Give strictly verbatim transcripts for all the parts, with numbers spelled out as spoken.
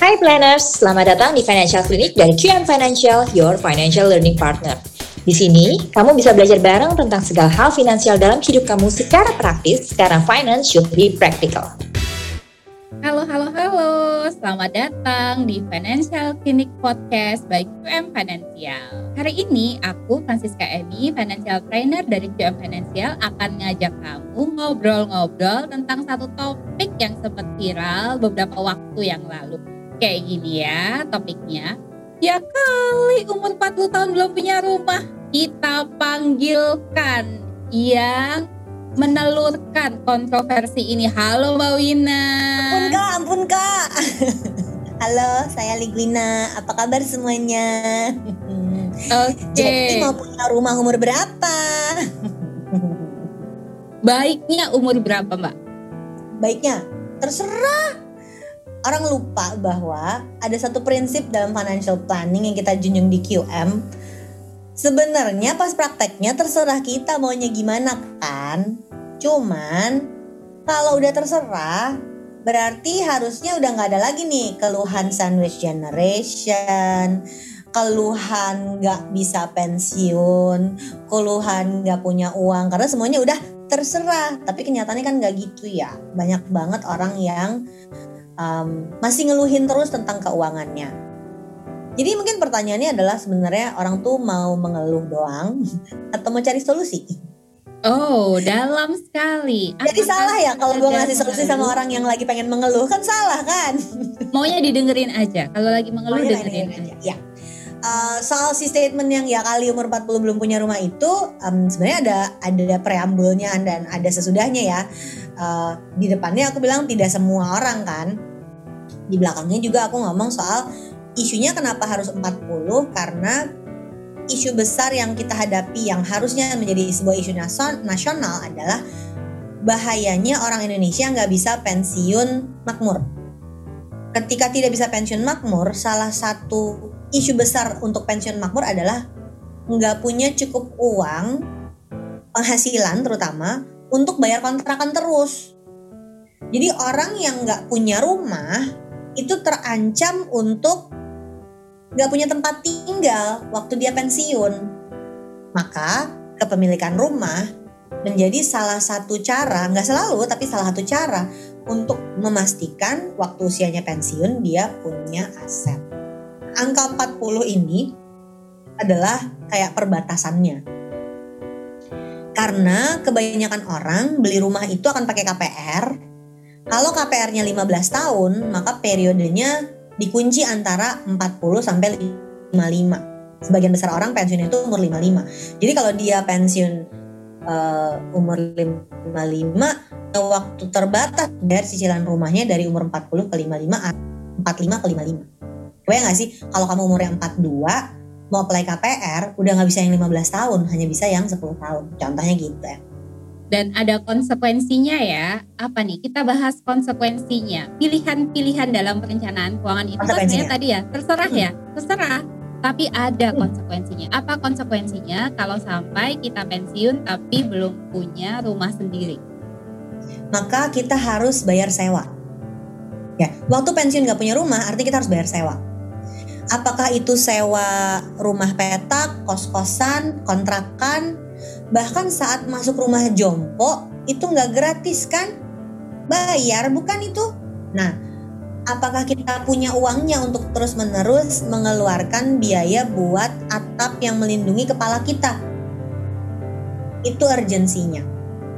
Hai planners, selamat datang di Financial Clinic dari Q M Financial, your financial learning partner. Di sini, kamu bisa belajar bareng tentang segala hal finansial dalam hidup kamu secara praktis, karena finance should be practical. Halo, halo, halo. Selamat datang di Financial Clinic Podcast by Q M Financial. Hari ini, aku Francisca Emi, Financial Trainer dari Q M Financial, akan ngajak kamu ngobrol-ngobrol tentang satu topik yang sempat viral beberapa waktu yang lalu. Kayak gini ya topiknya. Ya kali umur empat puluh tahun belum punya rumah, kita panggilkan yang menelurkan kontroversi ini. Halo Mbak Wina. Ampun kak, ampun kak. Halo, saya Ligwina. Apa kabar semuanya? Oke. Jadi mau punya rumah umur berapa? Baiknya umur berapa Mbak? Baiknya terserah. Orang lupa bahwa ada satu prinsip dalam financial planning yang kita junjung di Q M. Sebenarnya pas prakteknya terserah kita maunya gimana kan. Cuman kalau udah terserah berarti harusnya udah gak ada lagi nih keluhan sandwich generation, keluhan gak bisa pensiun, keluhan gak punya uang, karena semuanya udah terserah. Tapi kenyataannya kan gak gitu ya. Banyak banget orang yang um, masih ngeluhin terus tentang keuangannya. Jadi mungkin pertanyaannya adalah sebenarnya orang tuh mau mengeluh doang atau mau cari solusi? Oh, dalam sekali. Jadi apakah salah ya kalau gue ngasih solusi sama orang yang lagi pengen mengeluh, kan salah kan? Maunya didengerin aja. Kalau lagi mengeluh Maunya dengerin aja. aja. Ya. Uh, soal si statement yang ya kali umur empat puluh belum punya rumah itu um, sebenarnya ada ada preambulnya dan ada sesudahnya ya. Uh, di depannya aku bilang tidak semua orang kan. Di belakangnya juga aku ngomong soal isunya kenapa harus empat puluh, karena isu besar yang kita hadapi yang harusnya menjadi sebuah isu nasional adalah bahayanya orang Indonesia nggak bisa pensiun makmur. Ketika tidak bisa pensiun makmur, salah satu isu besar untuk pensiun makmur adalah nggak punya cukup uang, penghasilan terutama, untuk bayar kontrakan terus. Jadi orang yang nggak punya rumah itu terancam untuk gak punya tempat tinggal waktu dia pensiun. Maka kepemilikan rumah menjadi salah satu cara, gak selalu tapi salah satu cara untuk memastikan waktu usianya pensiun dia punya aset. Angka empat puluh ini adalah kayak perbatasannya. Karena kebanyakan orang beli rumah itu akan pakai K P R. Kalau K P R-nya lima belas tahun, maka periodenya dikunci antara empat puluh sampai lima puluh lima. Sebagian besar orang pensiun itu umur lima puluh lima. Jadi kalau dia pensiun uh, umur lima puluh lima, waktu terbatas dari cicilan rumahnya dari umur empat puluh ke lima puluh lima, empat puluh lima ke lima puluh lima. Kebayang gak sih kalau kamu umurnya empat puluh dua mau apply K P R udah gak bisa yang lima belas tahun, hanya bisa yang sepuluh tahun. Contohnya gitu ya. Dan ada konsekuensinya ya. Apa nih? Kita bahas konsekuensinya. Pilihan-pilihan dalam perencanaan keuangan itu kan sebenarnya tadi ya, terserah ya, terserah. Tapi ada konsekuensinya. Apa konsekuensinya kalau sampai kita pensiun tapi belum punya rumah sendiri? Maka kita harus bayar sewa. Ya, waktu pensiun gak punya rumah, artinya kita harus bayar sewa. Apakah itu sewa rumah petak, kos-kosan, kontrakan, bahkan saat masuk rumah jompo itu nggak gratis kan, bayar bukan itu. Nah, apakah kita punya uangnya untuk terus menerus mengeluarkan biaya buat atap yang melindungi kepala kita? Itu urgensinya.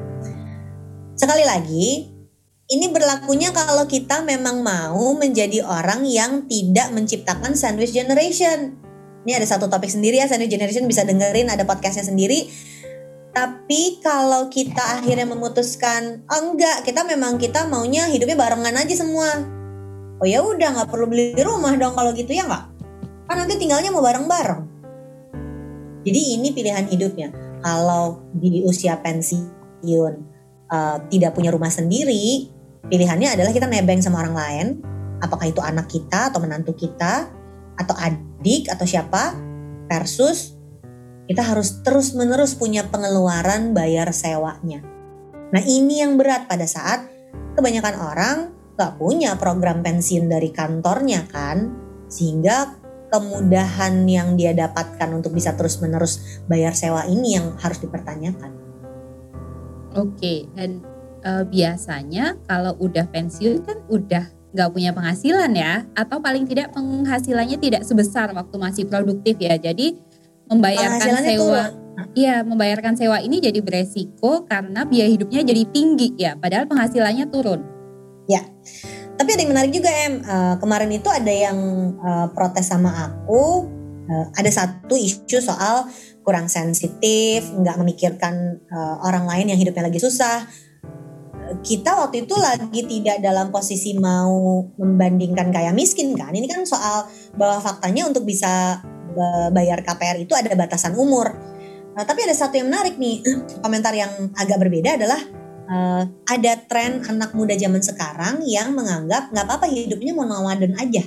Sekali lagi, ini berlakunya kalau kita memang mau menjadi orang yang tidak menciptakan sandwich generation. Ini ada satu topik sendiri ya, sandwich generation, bisa dengerin, ada podcastnya sendiri. Tapi kalau kita akhirnya memutuskan, oh enggak, kita memang kita maunya hidupnya barengan aja semua. Oh ya udah, nggak perlu beli rumah dong kalau gitu ya nggak? Kan nanti tinggalnya mau bareng-bareng. Jadi ini pilihan hidupnya. Kalau di usia pensiun uh, tidak punya rumah sendiri, pilihannya adalah kita nebeng sama orang lain. Apakah itu anak kita atau menantu kita atau adik atau siapa, versus kita harus terus-menerus punya pengeluaran bayar sewanya. Nah ini yang berat pada saat kebanyakan orang gak punya program pensiun dari kantornya kan, sehingga kemudahan yang dia dapatkan untuk bisa terus menerus bayar sewa ini yang harus dipertanyakan. Oke, dan uh, biasanya kalau udah pensiun kan udah nggak punya penghasilan ya, atau paling tidak penghasilannya tidak sebesar waktu masih produktif ya. Jadi membayarkan sewa, iya membayarkan sewa ini jadi beresiko karena biaya hidupnya jadi tinggi ya, padahal penghasilannya turun. Ya, tapi ada yang menarik juga em. Uh, kemarin itu ada yang uh, protes sama aku. Uh, ada satu isu soal kurang sensitif, nggak memikirkan uh, orang lain yang hidupnya lagi susah. Kita waktu itu lagi tidak dalam posisi mau membandingkan kaya miskin kan. Ini kan soal bahwa faktanya untuk bisa bayar K P R itu ada batasan umur. Nah, tapi ada satu yang menarik nih, komentar yang agak berbeda adalah uh, ada tren anak muda zaman sekarang yang menganggap nggak apa-apa hidupnya mau nomaden aja.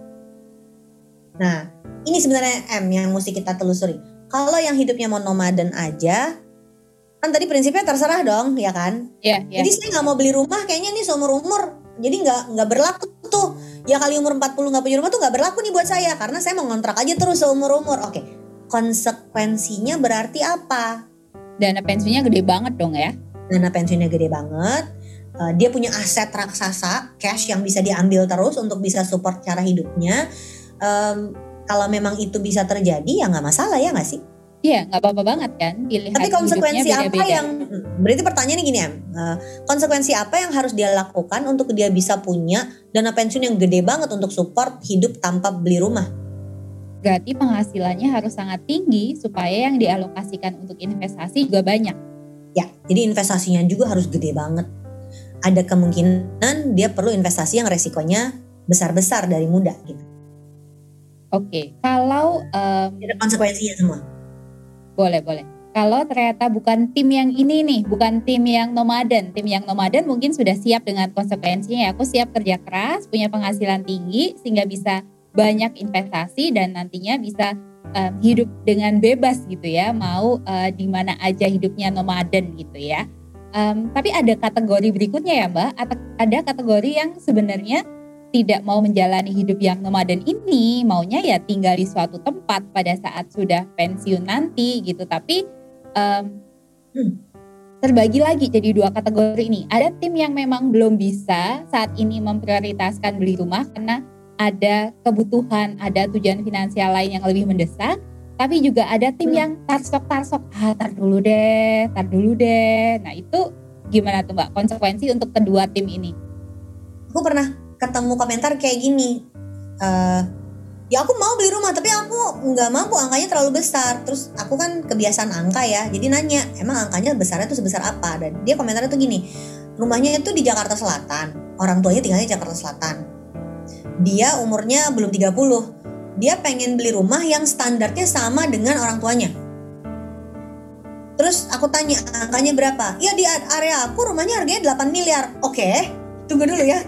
Nah, ini sebenarnya M yang mesti kita telusuri. Kalau yang hidupnya mau nomaden aja, kan tadi prinsipnya terserah dong, ya kan? Iya. Yeah, yeah. Jadi saya nggak mau beli rumah, kayaknya nih seumur umur, jadi nggak nggak berlaku tuh. Ya kali umur empat puluh nggak punya rumah tuh nggak berlaku nih buat saya, karena saya mau ngontrak aja terus seumur umur. Oke, konsekuensinya berarti apa? Dana pensiunnya gede banget dong ya? Dana pensiunnya gede banget. Uh, dia punya aset raksasa, cash yang bisa diambil terus untuk bisa support cara hidupnya. Um, kalau memang itu bisa terjadi ya nggak masalah ya nggak sih? Iya, nggak apa-apa banget kan pilihan. Tapi konsekuensi apa beda-beda. Yang berarti pertanyaannya gini ya, uh, konsekuensi apa yang harus dia lakukan untuk dia bisa punya dana pensiun yang gede banget untuk support hidup tanpa beli rumah? Berarti penghasilannya harus sangat tinggi supaya yang dialokasikan untuk investasi juga banyak. Ya, jadi investasinya juga harus gede banget. Ada kemungkinan dia perlu investasi yang resikonya besar-besar dari muda gitu. Oke, kalau um, ada konsekuensinya semua. Boleh, boleh. Kalau ternyata bukan tim yang ini nih, bukan tim yang nomaden. Tim yang nomaden mungkin sudah siap dengan konsekuensinya. Aku siap kerja keras, punya penghasilan tinggi, sehingga bisa banyak investasi dan nantinya bisa um, hidup dengan bebas gitu ya. Mau uh, di mana aja hidupnya nomaden gitu ya. Um, tapi ada kategori berikutnya ya Mbak. Ada kategori yang sebenarnya tidak mau menjalani hidup yang nomaden ini, maunya ya tinggal di suatu tempat pada saat sudah pensiun nanti gitu. Tapi um, hmm. terbagi lagi jadi dua kategori ini. Ada tim yang memang belum bisa saat ini memprioritaskan beli rumah karena ada kebutuhan, ada tujuan finansial lain yang lebih mendesak. Tapi juga ada tim hmm. yang tarsok-tarsok, ah tar dulu deh, tar dulu deh. Nah itu gimana tuh Mbak konsekuensi untuk kedua tim ini? Aku pernah ketemu komentar kayak gini, uh, ya aku mau beli rumah tapi aku nggak mampu, angkanya terlalu besar. Terus aku kan kebiasaan angka ya, jadi nanya emang angkanya besarnya tuh sebesar apa. Dan dia komentarnya tuh gini, rumahnya itu di Jakarta Selatan, orang tuanya tinggalnya di Jakarta Selatan, dia umurnya belum tiga puluh, dia pengen beli rumah yang standarnya sama dengan orang tuanya. Terus aku tanya angkanya berapa, ya di area aku rumahnya harganya delapan miliar. Oke, tunggu dulu ya.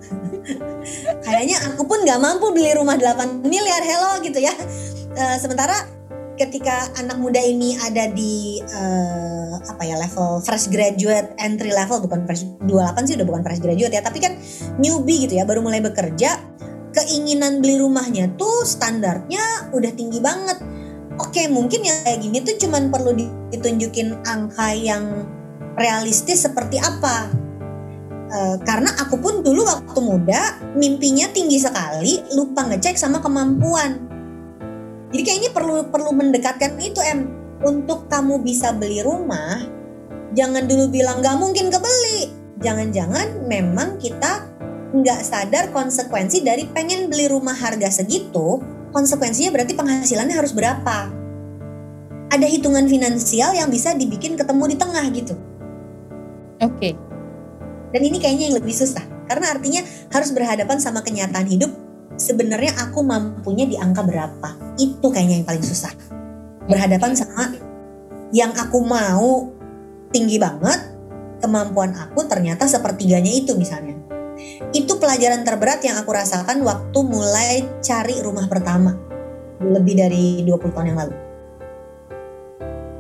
Kayaknya aku pun gak mampu beli rumah delapan miliar, hello gitu ya. Uh, sementara ketika anak muda ini ada di uh, apa ya level fresh graduate, entry level, bukan fresh dua puluh delapan sih udah bukan fresh graduate ya, tapi kan newbie gitu ya, baru mulai bekerja, keinginan beli rumahnya tuh standarnya udah tinggi banget. Oke, mungkin yang kayak gini tuh cuman perlu ditunjukin angka yang realistis seperti apa. Uh, karena aku pun dulu waktu muda mimpinya tinggi sekali, lupa ngecek sama kemampuan. Jadi kayaknya perlu perlu mendekatkan itu em. Untuk kamu bisa beli rumah, jangan dulu bilang gak mungkin kebeli. Jangan-jangan memang kita gak sadar konsekuensi dari pengen beli rumah harga segitu. Konsekuensinya berarti penghasilannya harus berapa. Ada hitungan finansial yang bisa dibikin ketemu di tengah gitu. Oke. Okay. Dan ini kayaknya yang lebih susah, karena artinya harus berhadapan sama kenyataan hidup. Sebenarnya aku mampunya di angka berapa? Itu kayaknya yang paling susah. Berhadapan sama yang aku mau tinggi banget, kemampuan aku ternyata sepertiganya itu misalnya. Itu pelajaran terberat yang aku rasakan waktu mulai cari rumah pertama, lebih dari dua puluh tahun yang lalu.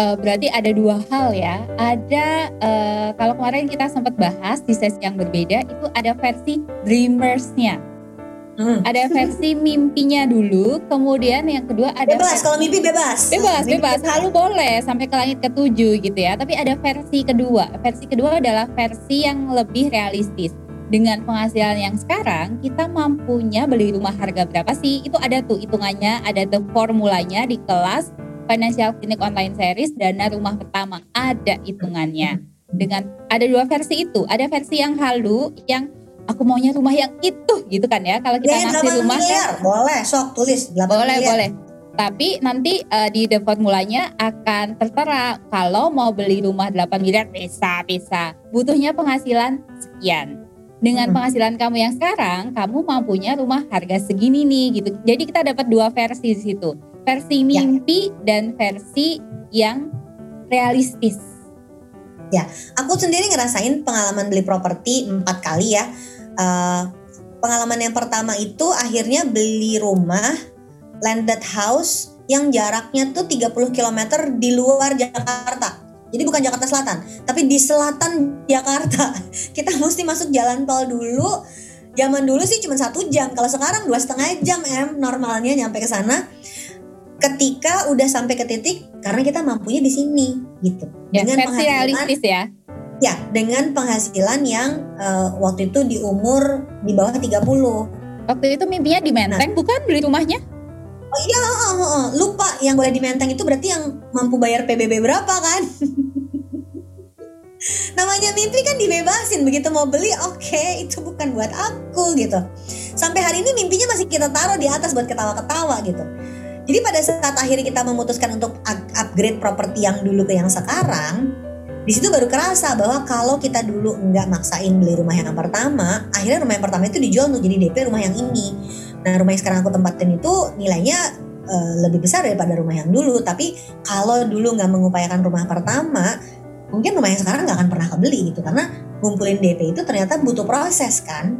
uh, berarti ada dua hal ya. Ada uh, kalau kemarin kita sempat bahas di sesi yang berbeda itu ada versi dreamers-nya. Hmm. Ada versi mimpinya dulu, kemudian yang kedua ada bebas versi, kalau mimpi bebas. Bebas, mimpi bebas, selalu boleh sampai ke langit ketujuh gitu ya. Tapi ada versi kedua. Versi kedua adalah versi yang lebih realistis. Dengan penghasilan yang sekarang, kita mampunya beli rumah harga berapa sih? Itu ada tuh hitungannya, ada tuh formulanya di kelas Financial Clinic Online Series Dana Rumah Pertama. Ada hitungannya. Dengan ada dua versi itu. Ada versi yang halu, yang aku maunya rumah yang itu gitu kan ya. Kalau kita ya, ngasih rumah miliar. kan, boleh, sok tulis delapan boleh, miliar. boleh. Tapi nanti uh, di the formulanya akan tertera kalau mau beli rumah delapan miliar bisa, bisa. Butuhnya penghasilan sekian. Dengan hmm. penghasilan kamu yang sekarang, kamu mampunya rumah harga segini nih gitu. Jadi kita dapat dua versi di situ. Versi mimpi ya. Dan versi yang realistis. Ya, aku sendiri ngerasain pengalaman beli properti empat kali ya. Uh, pengalaman yang pertama itu akhirnya beli rumah landed house yang jaraknya tuh tiga puluh kilometer di luar Jakarta. Jadi bukan Jakarta Selatan, tapi di selatan Jakarta. Kita mesti masuk jalan tol dulu. Zaman dulu sih cuma satu jam. Kalau sekarang dua setengah jam em normalnya nyampe ke sana. Ketika udah sampai ke titik, karena kita mampunya di sini, gitu. Ya, dengan versi realistis ya. Ya, dengan penghasilan yang uh, waktu itu di umur di bawah tiga puluh. Waktu itu mimpinya di Menteng, nah, bukan beli rumahnya? Oh iya, uh, uh, uh. lupa yang boleh di Menteng itu berarti yang mampu bayar P B B berapa kan? Namanya mimpi kan dibebasin, begitu mau beli oke okay, itu bukan buat aku gitu. Sampai hari ini mimpinya masih kita taruh di atas buat ketawa-ketawa gitu. Jadi pada saat akhirnya kita memutuskan untuk upgrade properti yang dulu ke yang sekarang, di situ baru kerasa bahwa kalau kita dulu nggak maksain beli rumah yang pertama, akhirnya rumah yang pertama itu dijual untuk jadi D P rumah yang ini. Nah rumah yang sekarang aku tempatin itu nilainya uh, lebih besar daripada rumah yang dulu. Tapi kalau dulu nggak mengupayakan rumah pertama, mungkin rumah yang sekarang nggak akan pernah kebeli gitu. Karena ngumpulin D P itu ternyata butuh proses kan.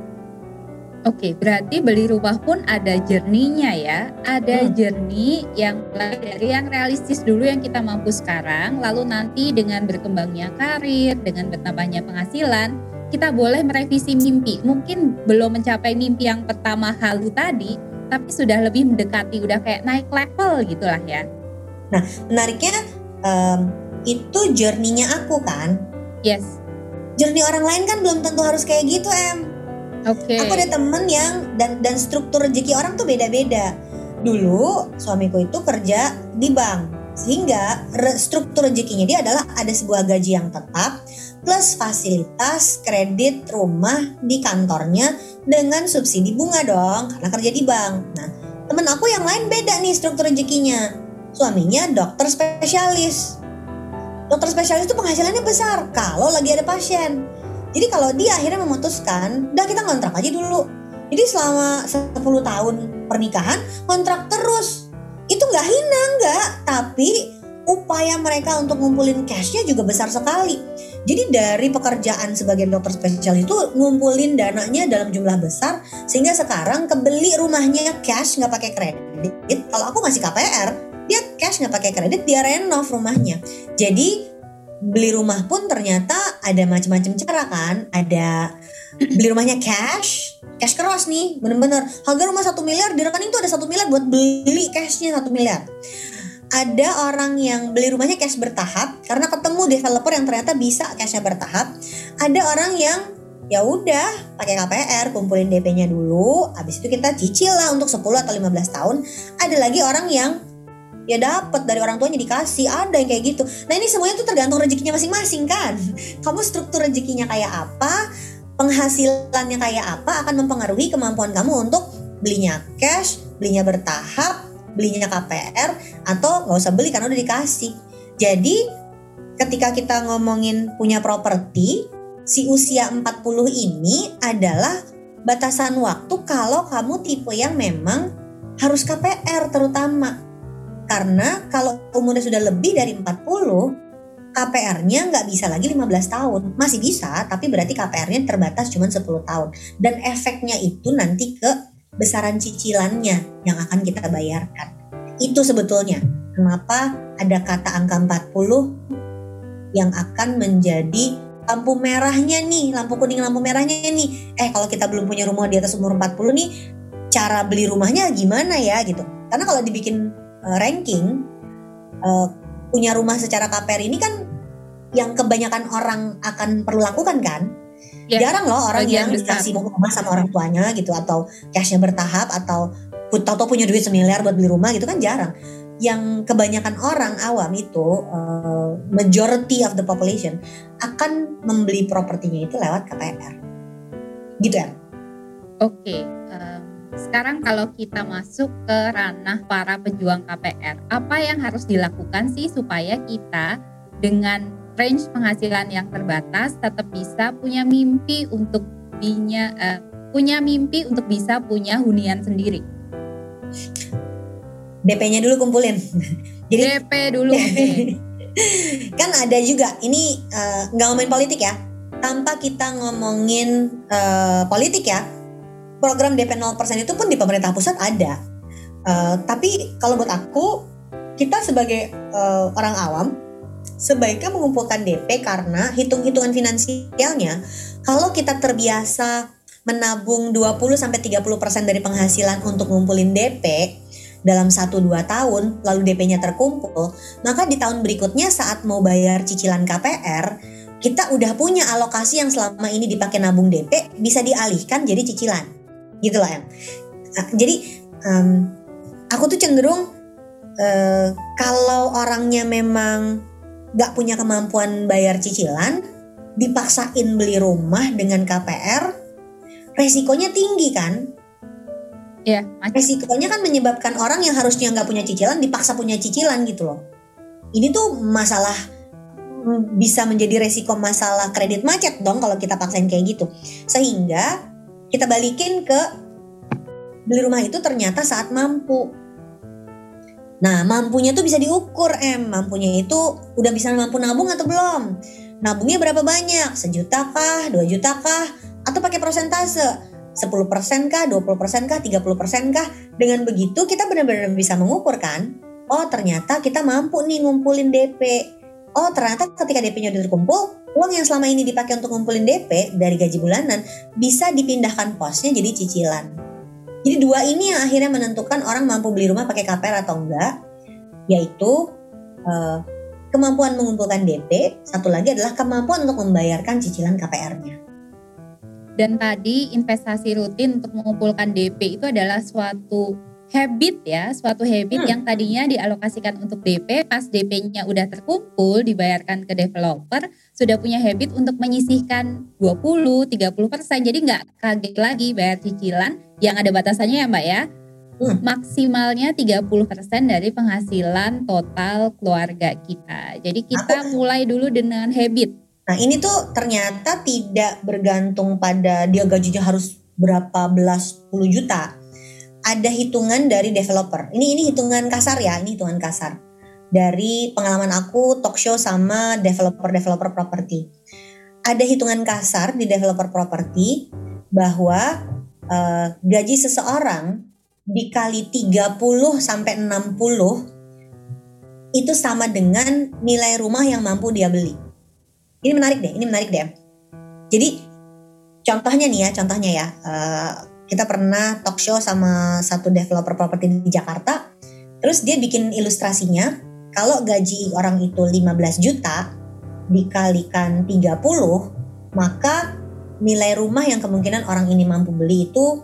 Oke, berarti beli rumah pun ada journey-nya ya. Ada hmm. journey yang mulai dari yang realistis dulu yang kita mampu sekarang. Lalu nanti dengan berkembangnya karir, dengan bertambahnya penghasilan, kita boleh merevisi mimpi. Mungkin belum mencapai mimpi yang pertama halu tadi, tapi sudah lebih mendekati, udah kayak naik level gitulah ya. Nah, menariknya um, itu journey-nya aku kan. Yes. Journey orang lain kan belum tentu harus kayak gitu, Em. Oke. Okay. Aku ada temen yang dan dan struktur rezeki orang tuh beda-beda. Dulu suamiku itu kerja di bank, sehingga re, struktur rezekinya dia adalah ada sebuah gaji yang tetap plus fasilitas kredit rumah di kantornya dengan subsidi bunga dong karena kerja di bank. Nah temen aku yang lain beda nih struktur rezekinya. Suaminya dokter spesialis. Dokter spesialis itu penghasilannya besar kalau lagi ada pasien. Jadi kalau dia akhirnya memutuskan, udah kita ngontrak aja dulu. Jadi selama sepuluh tahun pernikahan, kontrak terus. Itu gak hina, enggak. Tapi upaya mereka untuk ngumpulin cashnya juga besar sekali. Jadi dari pekerjaan sebagai dokter spesialis itu ngumpulin dananya dalam jumlah besar. Sehingga sekarang kebeli rumahnya cash gak pakai kredit. Kalau aku masih K P R, dia cash gak pakai kredit, dia renov rumahnya. Jadi beli rumah pun ternyata ada macam-macam cara kan. Ada beli rumahnya cash, cash keras nih, bener-bener harga rumah satu miliar di rekening tuh ada satu miliar buat beli cashnya satu miliar. Ada orang yang beli rumahnya cash bertahap karena ketemu developer yang ternyata bisa cashnya bertahap. Ada orang yang ya udah pakai K P R, kumpulin D P-nya dulu, habis itu kita cicil lah untuk sepuluh atau lima belas tahun. Ada lagi orang yang ya dapat dari orang tuanya dikasih, ada yang kayak gitu. Nah ini semuanya tuh tergantung rezekinya masing-masing kan. Kamu struktur rezekinya kayak apa, penghasilannya kayak apa akan mempengaruhi kemampuan kamu untuk belinya cash, belinya bertahap, belinya K P R, atau gak usah beli karena udah dikasih. Jadi ketika kita ngomongin punya properti, si usia empat puluh ini adalah batasan waktu kalau kamu tipe yang memang harus K P R terutama. Karena kalau umurnya sudah lebih dari empat puluh, K P R-nya nggak bisa lagi lima belas tahun. Masih bisa, tapi berarti K P R-nya terbatas cuma sepuluh tahun. Dan efeknya itu nanti ke besaran cicilannya yang akan kita bayarkan. Itu sebetulnya. kenapa ada kata angka empat puluh yang akan menjadi lampu merahnya nih, lampu kuning lampu merahnya nih. Eh kalau kita belum punya rumah di atas umur empat puluh nih, cara beli rumahnya gimana ya gitu. Karena kalau dibikin uh, ranking, uh, punya rumah secara K P R ini kan yang kebanyakan orang akan perlu lakukan kan. Ya, jarang loh orang yang besar dikasih rumah sama orang tuanya gitu, atau cashnya bertahap, atau atau punya duit semiliar buat beli rumah gitu kan jarang. Yang kebanyakan orang awam itu uh, majority of the population akan membeli propertinya itu lewat K P R gitu ya. Oke, okay. um, sekarang kalau kita masuk ke ranah para pejuang K P R, apa yang harus dilakukan sih supaya kita dengan range penghasilan yang terbatas tetap bisa punya mimpi untuk punya uh, punya mimpi untuk bisa punya hunian sendiri? D P-nya dulu kumpulin. Jadi D P dulu. Okay. Kan ada juga ini uh, nggak ngomongin politik ya. Tanpa kita ngomongin uh, politik ya, program D P nol persen itu pun di pemerintah pusat ada. Uh, tapi kalau buat aku, kita sebagai uh, orang awam sebaiknya mengumpulkan D P karena hitung-hitungan finansialnya, kalau kita terbiasa menabung dua puluh sampai tiga puluh persen dari penghasilan untuk ngumpulin D P dalam satu dua tahun, lalu D P-nya terkumpul, maka di tahun berikutnya saat mau bayar cicilan K P R, kita udah punya alokasi yang selama ini dipakai nabung D P bisa dialihkan jadi cicilan. Gitu loh em. Nah, jadi um, aku tuh cenderung uh, kalau orangnya memang gak punya kemampuan bayar cicilan, dipaksain beli rumah dengan K P R, resikonya tinggi kan? Ya, resikonya kan menyebabkan orang yang harusnya gak punya cicilan dipaksa punya cicilan gitu loh. Ini tuh masalah, bisa menjadi resiko masalah kredit macet dong kalau kita paksain kayak gitu. Sehingga kita balikin ke beli rumah itu ternyata saat mampu. Nah mampunya tuh bisa diukur em, mampunya itu udah bisa mampu nabung atau belum, nabungnya berapa banyak, sejuta kah, dua juta kah, atau pakai persentase, sepuluh persen kah, dua puluh persen kah, tiga puluh persen kah. Dengan begitu kita benar-benar bisa mengukur kan, oh ternyata kita mampu nih ngumpulin D P, oh ternyata ketika D P-nya udah terkumpul, uang yang selama ini dipakai untuk ngumpulin D P dari gaji bulanan bisa dipindahkan posnya jadi cicilan. Jadi dua ini yang akhirnya menentukan orang mampu beli rumah pakai K P R atau enggak, yaitu uh, kemampuan mengumpulkan D P, satu lagi adalah kemampuan untuk membayarkan cicilan K P R-nya. Dan tadi investasi rutin untuk mengumpulkan D P itu adalah suatu habit ya, suatu habit hmm. yang tadinya dialokasikan untuk D P, pas D P-nya udah terkumpul dibayarkan ke developer, sudah punya habit untuk menyisihkan dua puluh sampai tiga puluh persen. Jadi gak kaget lagi bayar cicilan yang ada batasannya ya Mbak ya. Hmm. Maksimalnya tiga puluh persen dari penghasilan total keluarga kita. Jadi kita Aku, mulai dulu dengan habit. Nah ini tuh ternyata tidak bergantung pada dia gajinya harus berapa belas puluh juta. Ada hitungan dari developer. Ini ini hitungan kasar ya, ini hitungan kasar. Dari pengalaman aku talk show sama developer-developer properti. Ada hitungan kasar di developer properti bahwa uh, gaji seseorang dikali tiga puluh sampai enam puluh itu sama dengan nilai rumah yang mampu dia beli. Ini menarik deh, ini menarik deh. Jadi contohnya nih ya, contohnya ya. Uh, Kita pernah talk show sama satu developer properti di Jakarta. Terus dia bikin ilustrasinya, kalau gaji orang itu lima belas juta dikalikan tiga puluh, maka nilai rumah yang kemungkinan orang ini mampu beli itu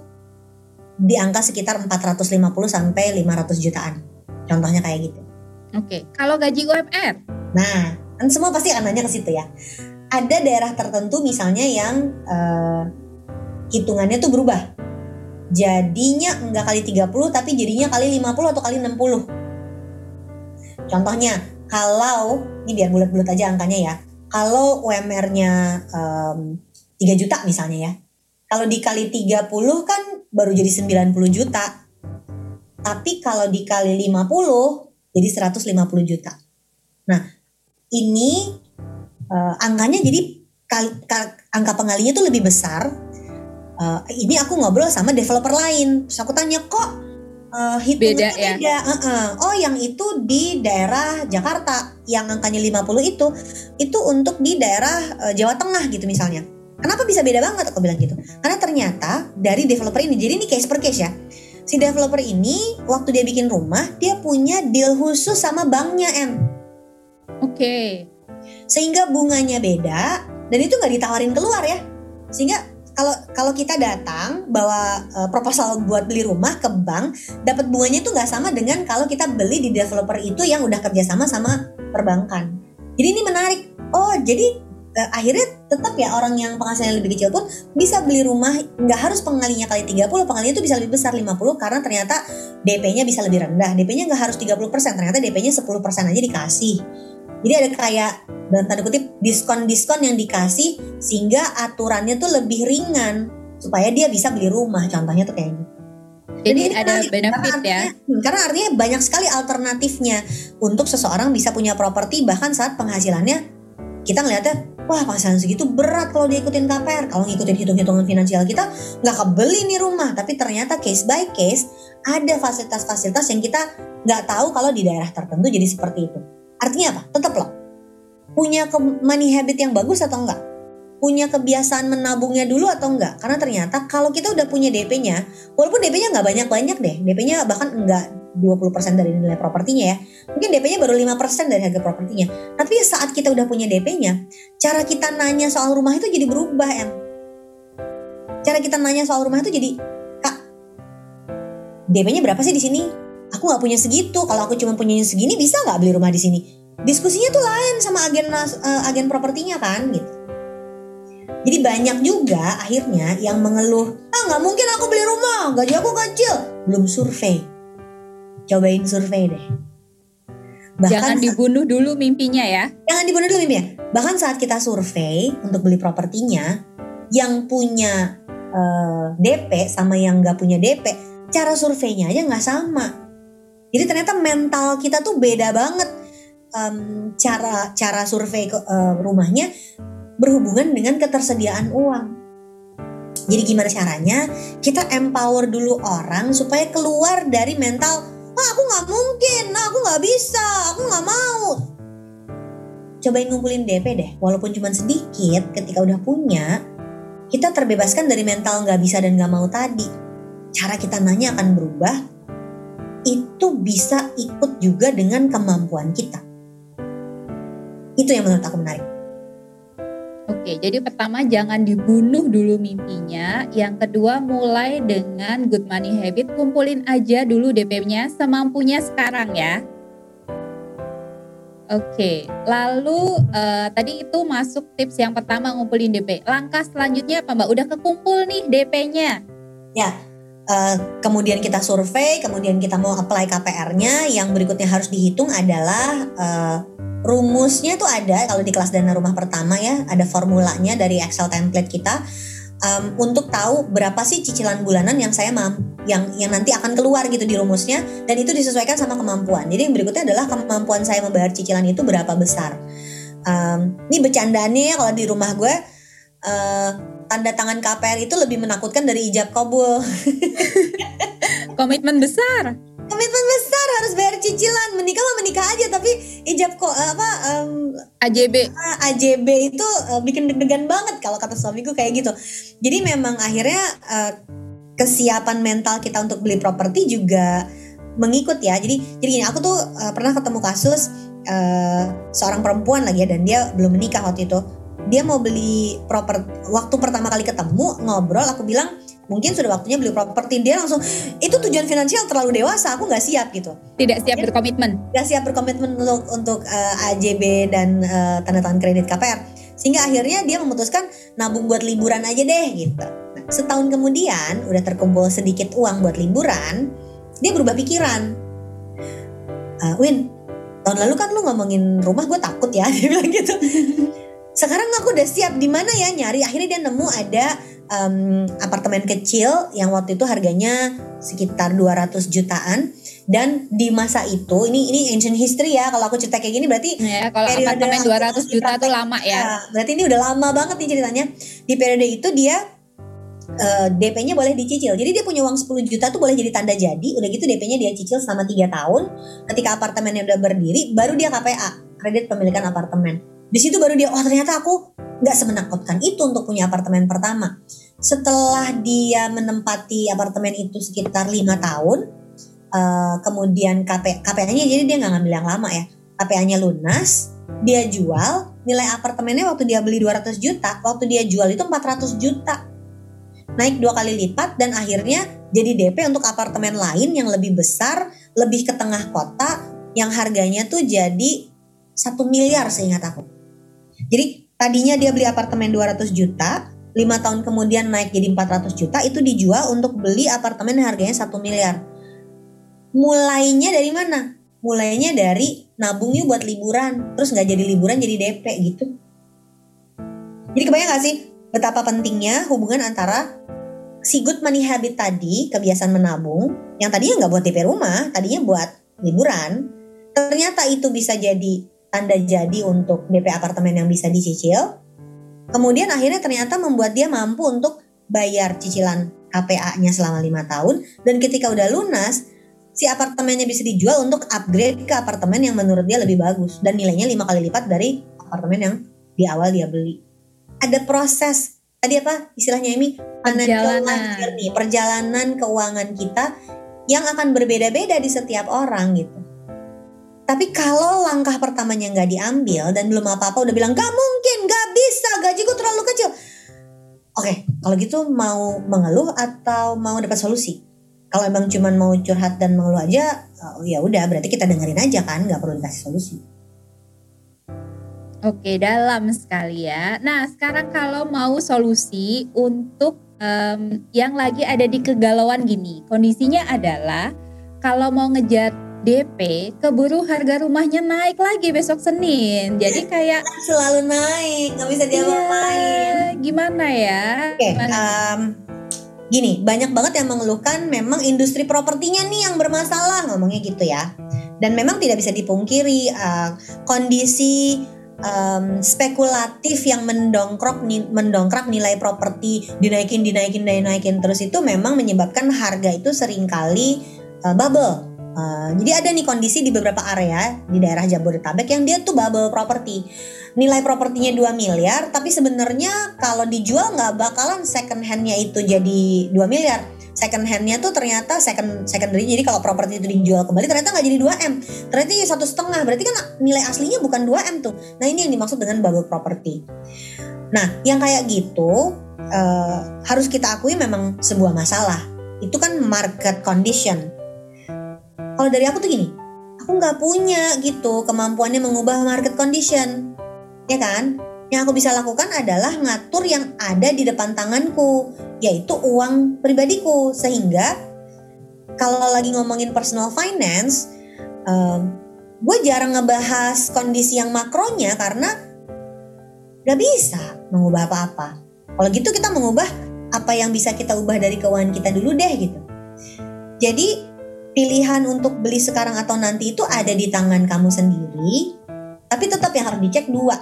di angka sekitar empat ratus lima puluh sampai lima ratus jutaan. Contohnya kayak gitu. Oke, kalau gaji U M R? Nah, kan semua pasti akan nanya ke situ ya. Ada daerah tertentu misalnya yang uh, hitungannya tuh berubah. Jadinya enggak kali tiga puluh tapi jadinya kali lima puluh atau kali enam puluh. Contohnya, kalau, ini biar bulat-bulat aja angkanya ya. Kalau U M R-nya um, tiga juta misalnya ya. Kalau dikali tiga puluh kan baru jadi sembilan puluh juta. Tapi kalau dikali lima puluh jadi seratus lima puluh juta. Nah, ini uh, angkanya jadi kal- kal- angka pengalinya tuh lebih besar. Uh, ini aku ngobrol sama developer lain, terus aku tanya, kok uh, hitungannya beda, ya? beda. Uh-uh. Oh yang itu di daerah Jakarta yang angkanya lima puluh itu itu untuk di daerah uh, Jawa Tengah gitu misalnya. Kenapa bisa beda banget aku bilang gitu? Karena ternyata dari developer ini, jadi ini case per case ya. Si developer ini waktu dia bikin rumah dia punya deal khusus sama banknya em. Oke. Okay. Sehingga bunganya beda dan itu nggak ditawarin keluar ya. Sehingga kalau kalau kita datang bawa uh, proposal buat beli rumah ke bank, dapat bunganya itu nggak sama dengan kalau kita beli di developer itu yang udah kerjasama sama perbankan. Jadi ini menarik. Oh jadi Uh, akhirnya tetap ya orang yang penghasilannya lebih kecil pun bisa beli rumah, nggak harus pengalinya kali tiga puluh, pengalinya itu bisa lebih besar lima puluh karena ternyata D P-nya bisa lebih rendah. D P-nya nggak harus tiga puluh persen, ternyata D P-nya sepuluh persen aja dikasih. Jadi ada kayak dalam tanda kutip diskon-diskon yang dikasih sehingga aturannya tuh lebih ringan supaya dia bisa beli rumah, contohnya tuh kayak gitu. Jadi ini ada benefit ya. Hmm, karena artinya banyak sekali alternatifnya untuk seseorang bisa punya properti bahkan saat penghasilannya kita ngeliatnya, wah penghasilan segitu berat kalau diikutin K P R. Kalau ngikutin hitung-hitungan finansial kita nggak kebeli nih rumah. Tapi ternyata case by case ada fasilitas-fasilitas yang kita nggak tahu kalau di daerah tertentu jadi seperti itu. Artinya apa? Tetap loh, punya money habit yang bagus atau enggak? Punya kebiasaan menabungnya dulu atau enggak? Karena ternyata kalau kita udah punya D P-nya, walaupun D P-nya nggak banyak-banyak deh, D P-nya bahkan enggak dua puluh persen dari nilai propertinya ya. Mungkin D P-nya baru lima persen dari harga propertinya. Tapi saat kita udah punya D P-nya, cara kita nanya soal rumah itu jadi berubah, Em. Cara kita nanya soal rumah itu jadi, Kak, D P-nya berapa sih di sini? Aku nggak punya segitu. Kalau aku cuma punya segini, bisa nggak beli rumah di sini? Diskusinya tuh lain sama agen uh, agen propertinya kan, gitu. Jadi banyak juga akhirnya yang mengeluh, ah nggak mungkin aku beli rumah, gaji aku kecil. Belum survei. Cobain survei deh. Bahkan jangan dibunuh dulu mimpinya ya. Jangan dibunuh dulu mimpinya. Bahkan saat kita survei untuk beli propertinya, yang punya uh, D P sama yang nggak punya D P, cara surveinya aja nggak sama. Jadi ternyata mental kita tuh beda banget. Um, cara cara survei ke, uh, rumahnya berhubungan dengan ketersediaan uang. Jadi gimana caranya kita empower dulu orang supaya keluar dari mental, ah aku gak mungkin, nah aku gak bisa, aku gak mau. Cobain ngumpulin D P deh, walaupun cuma sedikit. Ketika udah punya, kita terbebaskan dari mental gak bisa dan gak mau tadi. Cara kita nanya akan berubah. Itu bisa ikut juga dengan kemampuan kita. Itu yang menurut aku menarik. Oke, jadi pertama jangan dibunuh dulu mimpinya. Yang kedua mulai dengan good money habit, kumpulin aja dulu D P-nya semampunya sekarang ya. Oke, lalu uh, tadi itu masuk tips yang pertama ngumpulin D P. Langkah selanjutnya apa Mbak? Udah kekumpul nih D P-nya. Ya, uh, kemudian kita survei, kemudian kita mau apply K P R-nya. Yang berikutnya harus dihitung adalah uh, rumusnya tuh ada kalau di kelas dana rumah pertama ya, ada formulanya dari Excel template kita um, untuk tahu berapa sih cicilan bulanan yang saya mampu, yang yang nanti akan keluar gitu di rumusnya, dan itu disesuaikan sama kemampuan. Jadi yang berikutnya adalah kemampuan saya membayar cicilan itu berapa besar. Um, ini bercandaannya ya kalau di rumah gue uh, tanda tangan K P R itu lebih menakutkan dari ijab kabul. Komitmen besar. Komitmen besar, harus bayar cicilan. Menikah mah menikah aja, tapi ijab kok apa um, A J B A J B itu uh, bikin deg-degan banget kalau kata suamiku kayak gitu. Jadi memang akhirnya uh, kesiapan mental kita untuk beli properti juga mengikut ya. Jadi jadi gini, aku tuh uh, pernah ketemu kasus uh, seorang perempuan lagi ya, dan dia belum menikah waktu itu. Dia mau beli properti. Waktu pertama kali ketemu ngobrol, aku bilang mungkin sudah waktunya beli properti. Dia langsung, itu tujuan finansial terlalu dewasa, aku nggak siap gitu. Tidak siap ya, berkomitmen. Nggak siap berkomitmen untuk untuk uh, A J B dan uh, tanda tangan kredit K P R. Sehingga akhirnya dia memutuskan nabung buat liburan aja deh gitu. Nah, setahun kemudian udah terkumpul sedikit uang buat liburan, dia berubah pikiran. Uh, Win, tahun lalu kan lu ngomongin rumah, gue takut ya, dia bilang gitu. Sekarang aku udah siap, di mana ya nyari. Akhirnya dia nemu ada um, apartemen kecil yang waktu itu harganya sekitar dua ratus jutaan. Dan di masa itu, ini ini ancient history ya, kalau aku cerita kayak gini berarti ya, kalau apartemen dua ratus juta tuh lama ya. Berarti ini udah lama banget nih ceritanya. Di periode itu dia uh, D P-nya boleh dicicil. Jadi dia punya uang sepuluh juta tuh boleh jadi tanda jadi. Udah gitu D P-nya dia cicil selama tiga tahun. Ketika apartemennya udah berdiri, baru dia K P A, kredit pemilikan apartemen. Di situ baru dia, oh ternyata aku nggak semenakutkan itu untuk punya apartemen pertama. Setelah dia menempati apartemen itu sekitar lima tahun, uh, kemudian K P, K P A-nya jadi dia nggak ngambil yang lama ya. K P A-nya lunas, dia jual, nilai apartemennya waktu dia beli dua ratus juta, waktu dia jual itu empat ratus juta. Naik dua kali lipat dan akhirnya jadi D P untuk apartemen lain yang lebih besar, lebih ke tengah kota, yang harganya tuh jadi satu miliar seingat aku. Jadi tadinya dia beli apartemen dua ratus juta, lima tahun kemudian naik jadi empat ratus juta, itu dijual untuk beli apartemen yang harganya satu miliar. Mulainya dari mana? Mulainya dari nabung yuk buat liburan, terus gak jadi liburan jadi D P gitu. Jadi kebayang gak sih betapa pentingnya hubungan antara si good money habit tadi, kebiasaan menabung, yang tadinya gak buat D P rumah, tadinya buat liburan, ternyata itu bisa jadi tanda jadi untuk D P apartemen yang bisa dicicil. Kemudian akhirnya ternyata membuat dia mampu untuk bayar cicilan K P A-nya selama lima tahun. Dan ketika udah lunas, si apartemennya bisa dijual untuk upgrade ke apartemen yang menurut dia lebih bagus. Dan nilainya lima kali lipat dari apartemen yang di awal dia beli. Ada proses, tadi apa istilahnya ini? Financial life journey, perjalanan keuangan kita yang akan berbeda-beda di setiap orang gitu. Tapi kalau langkah pertamanya gak diambil dan belum apa-apa udah bilang gak mungkin, gak bisa, gajiku terlalu kecil. Oke, kalau gitu mau mengeluh atau mau dapat solusi? Kalau emang cuma mau curhat dan mengeluh aja, oh ya udah berarti kita dengerin aja kan, gak perlu dikasih solusi. Oke, dalam sekali ya. Nah sekarang kalau mau solusi untuk um, yang lagi ada di kegalauan gini. Kondisinya adalah kalau mau ngejar D P, keburu harga rumahnya naik lagi besok Senin. Jadi kayak selalu naik, nggak bisa diapa-apain. Ya, gimana ya? Oke, okay, um, gini, banyak banget yang mengeluhkan memang industri propertinya nih yang bermasalah, ngomongnya gitu ya. Dan memang tidak bisa dipungkiri uh, kondisi um, spekulatif yang mendongkrak mendongkrak nilai properti, dinaikin, dinaikin, dinaikin terus itu memang menyebabkan harga itu seringkali uh, bubble. Uh, jadi ada nih kondisi di beberapa area di daerah Jabodetabek yang dia tuh bubble property. Nilai propertinya dua miliar, tapi sebenarnya kalau dijual nggak bakalan second handnya itu jadi dua miliar. Second handnya tuh ternyata second secondary. Jadi kalau properti itu dijual kembali ternyata nggak jadi dua M, ternyata jadi satu setengah. Berarti kan nilai aslinya bukan dua M tuh. Nah ini yang dimaksud dengan bubble property. Nah yang kayak gitu uh, harus kita akui memang sebuah masalah. Itu kan market condition. Kalau dari aku tuh gini, aku nggak punya gitu kemampuannya mengubah market condition, ya kan? Yang aku bisa lakukan adalah ngatur yang ada di depan tanganku, yaitu uang pribadiku. Sehingga kalau lagi ngomongin personal finance, um, gue jarang ngebahas kondisi yang makronya karena nggak bisa mengubah apa-apa. Kalau gitu kita mengubah apa yang bisa kita ubah dari keuangan kita dulu deh gitu. Jadi pilihan untuk beli sekarang atau nanti itu ada di tangan kamu sendiri, tapi tetap yang harus dicek dua.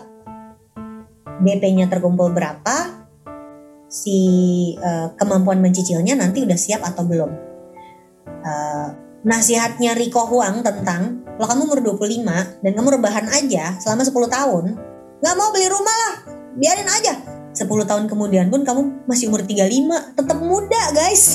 D P-nya terkumpul berapa, si uh, kemampuan mencicilnya nanti udah siap atau belum. Uh, nasihatnya Rico Huang tentang, kalau kamu umur dua puluh lima dan kamu rebahan aja selama sepuluh tahun, gak mau beli rumah lah, biarin aja. sepuluh tahun kemudian pun kamu masih umur tiga puluh lima, tetap muda guys.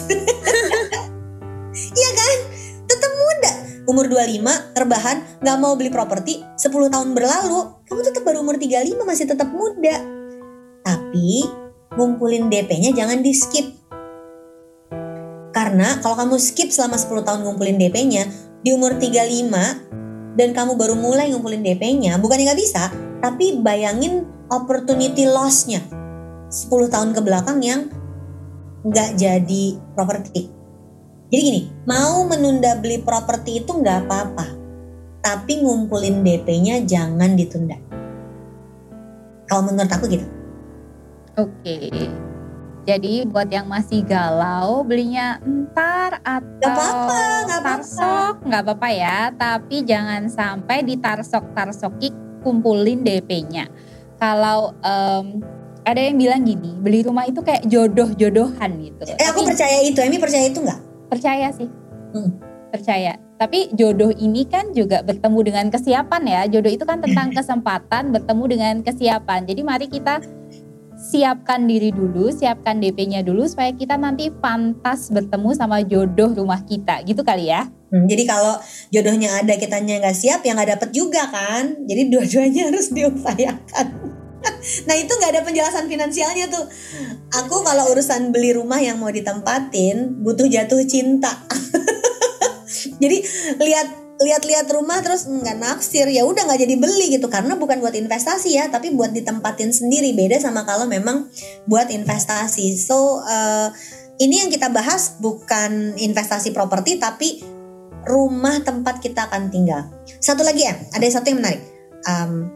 Iya kan? Tetap muda. Umur dua puluh lima, rebahan, gak mau beli properti, sepuluh tahun berlalu, kamu tetap baru umur tiga puluh lima, masih tetap muda. Tapi ngumpulin D P-nya jangan di skip. Karena kalau kamu skip selama sepuluh tahun ngumpulin D P-nya, di umur tiga puluh lima dan kamu baru mulai ngumpulin D P-nya, bukannya gak bisa, tapi bayangin opportunity loss-nya sepuluh tahun ke belakang yang gak jadi properti. Jadi gini, mau menunda beli properti itu gak apa-apa, tapi ngumpulin D P-nya jangan ditunda. Kalau menurut aku gitu. Oke, jadi buat yang masih galau belinya entar atau gak apa-apa, gak tarsok gak apa-apa ya, tapi jangan sampai ditarsok-tarsoki kumpulin D P-nya. Kalau um, ada yang bilang gini, beli rumah itu kayak jodoh-jodohan gitu. Eh aku Tapi percaya itu, Emi percaya itu nggak? percaya sih, Hmm. percaya. Tapi jodoh ini kan juga bertemu dengan kesiapan ya. Jodoh itu kan tentang kesempatan bertemu dengan kesiapan. Jadi mari kita siapkan diri dulu, siapkan D P-nya dulu supaya kita nanti pantas bertemu sama jodoh rumah kita, gitu kali ya. Hmm, jadi kalau jodohnya ada kitanya nggak siap, ya nggak dapet juga kan. Jadi dua-duanya harus diupayakan. Nah itu nggak ada penjelasan finansialnya tuh. Aku kalau urusan beli rumah yang mau ditempatin butuh jatuh cinta. Jadi lihat lihat-lihat rumah terus nggak naksir, ya udah nggak jadi beli gitu, karena bukan buat investasi ya, tapi buat ditempatin sendiri. Beda sama kalau memang buat investasi. So uh, ini yang kita bahas bukan investasi properti, tapi rumah tempat kita akan tinggal. Satu lagi ya, ada satu yang menarik. Um,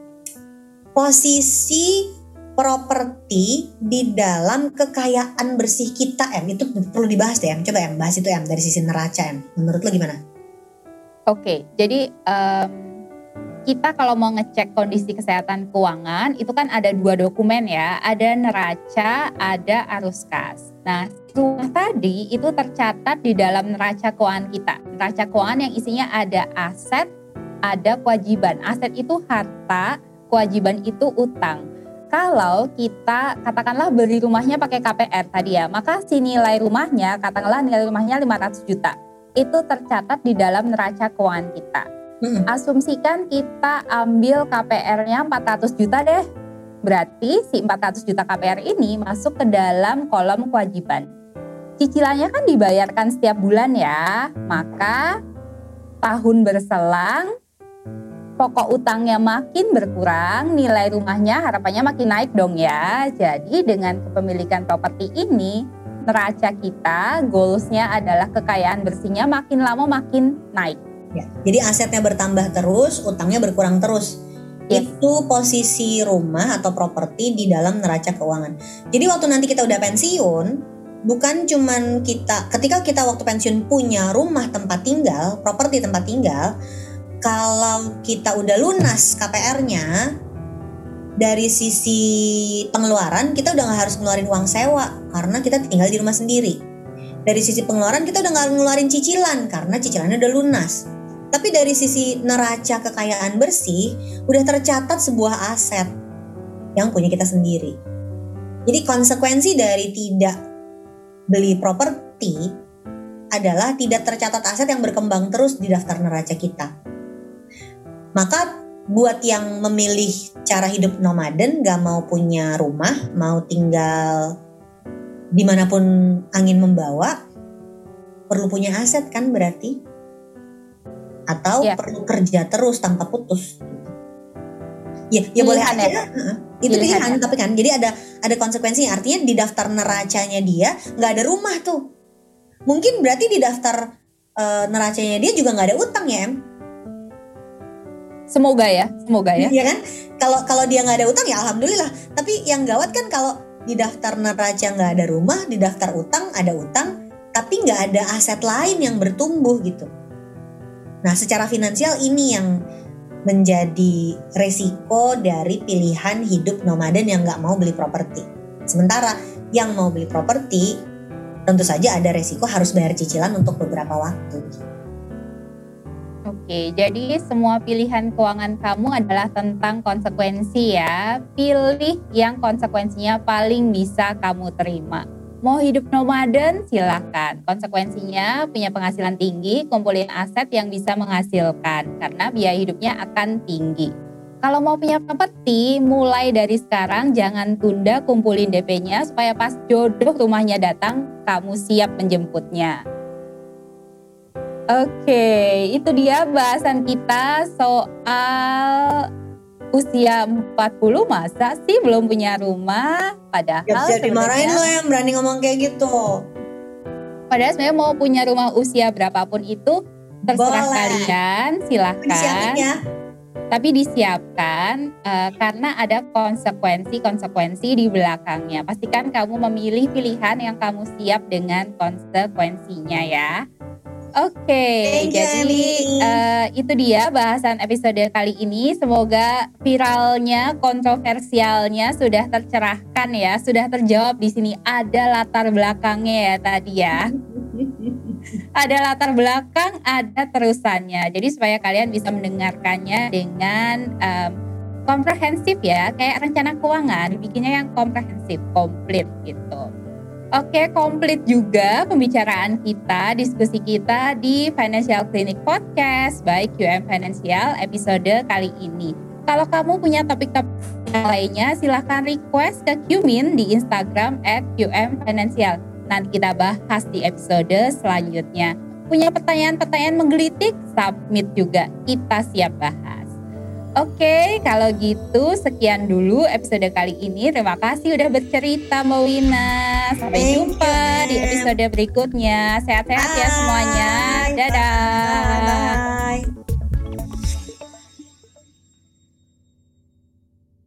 posisi properti di dalam kekayaan bersih kita, Em, itu perlu dibahas deh, Em. Coba Em bahas itu, Em, dari sisi neraca, Em. Menurut lo gimana? Oke, jadi um, kita kalau mau ngecek kondisi kesehatan keuangan itu kan ada dua dokumen ya, ada neraca, ada arus kas. Nah, rumah tadi itu tercatat di dalam neraca keuangan kita. Neraca keuangan yang isinya ada aset, ada kewajiban. Aset itu harta, kewajiban itu utang. Kalau kita katakanlah beli rumahnya pakai K P R tadi ya, maka si nilai rumahnya, katakanlah nilai rumahnya lima ratus juta. Itu tercatat di dalam neraca keuangan kita. Hmm. Asumsikan kita ambil K P R-nya empat ratus juta deh. Berarti si empat ratus juta K P R ini masuk ke dalam kolom kewajiban. Cicilannya kan dibayarkan setiap bulan ya. Maka tahun berselang, pokok utangnya makin berkurang, nilai rumahnya harapannya makin naik dong ya. Jadi dengan kepemilikan properti ini, neraca kita goalsnya adalah kekayaan bersihnya makin lama makin naik. Ya, jadi asetnya bertambah terus, utangnya berkurang terus. Yes. Itu posisi rumah atau properti di dalam neraca keuangan. Jadi waktu nanti kita udah pensiun, bukan cuman kita, ketika kita waktu pensiun punya rumah tempat tinggal, properti tempat tinggal, kalau kita udah lunas K P R-nya, dari sisi pengeluaran kita udah gak harus ngeluarin uang sewa karena kita tinggal di rumah sendiri. Dari sisi pengeluaran kita udah gak ngeluarin cicilan karena cicilannya udah lunas. Tapi dari sisi neraca kekayaan bersih udah tercatat sebuah aset yang punya kita sendiri. Jadi konsekuensi dari tidak beli properti adalah tidak tercatat aset yang berkembang terus di daftar neraca kita. Maka buat yang memilih cara hidup nomaden, gak mau punya rumah, mau tinggal dimanapun angin membawa, perlu punya aset kan berarti? Atau ya, perlu kerja terus tanpa putus. Ya, ya boleh aja. Ya. Itu pilihan, pilihan tapi kan jadi ada ada konsekuensinya. Artinya di daftar neracanya dia nggak ada rumah tuh. Mungkin berarti di daftar uh, neracanya dia juga nggak ada utang ya, Em? Semoga ya, semoga ya. Iya kan? Kalau kalau dia nggak ada utang ya alhamdulillah. Tapi yang gawat kan kalau di daftar neraca nggak ada rumah, di daftar utang ada utang, tapi nggak ada aset lain yang bertumbuh gitu. Nah, secara finansial ini yang menjadi resiko dari pilihan hidup nomaden yang nggak mau beli properti. Sementara yang mau beli properti tentu saja ada resiko harus bayar cicilan untuk beberapa waktu. Oke, jadi semua pilihan keuangan kamu adalah tentang konsekuensi ya. Pilih yang konsekuensinya paling bisa kamu terima. Mau hidup nomaden silahkan. Konsekuensinya punya penghasilan tinggi, kumpulin aset yang bisa menghasilkan karena biaya hidupnya akan tinggi. Kalau mau punya properti, mulai dari sekarang jangan tunda kumpulin D P-nya supaya pas jodoh rumahnya datang, kamu siap menjemputnya. Oke, itu dia bahasan kita soal usia empat puluh masa sih belum punya rumah, padahal ya, bisa dimarahin lo yang berani ngomong kayak gitu. Padahal sebenarnya mau punya rumah usia berapapun itu terserah boleh. Kalian, silahkan. Ya. Tapi disiapkan uh, karena ada konsekuensi-konsekuensi di belakangnya. Pastikan kamu memilih pilihan yang kamu siap dengan konsekuensinya ya. Oke, Thank you, jadi Emi. uh, itu dia bahasan episode kali ini. Semoga viralnya, kontroversialnya sudah tercerahkan ya, sudah terjawab di sini. Ada latar belakangnya ya tadi ya. Ada latar belakang, ada terusannya. Jadi supaya kalian bisa mendengarkannya dengan um, komprehensif ya, kayak rencana keuangan, bikinnya yang komprehensif, komplit gitu. Oke, komplit juga pembicaraan kita, diskusi kita di Financial Clinic Podcast by Q M Financial episode kali ini. Kalau kamu punya topik-topik lainnya, silahkan request ke Qmin di Instagram at Q M Financial. Nanti kita bahas di episode selanjutnya. Punya pertanyaan-pertanyaan menggelitik? Submit juga, kita siap bahas. Oke, kalau gitu sekian dulu episode kali ini. Terima kasih udah bercerita Mbak Wina. Sampai Thank jumpa you, di episode berikutnya. Sehat-sehat ya semuanya. Dadah. Bye.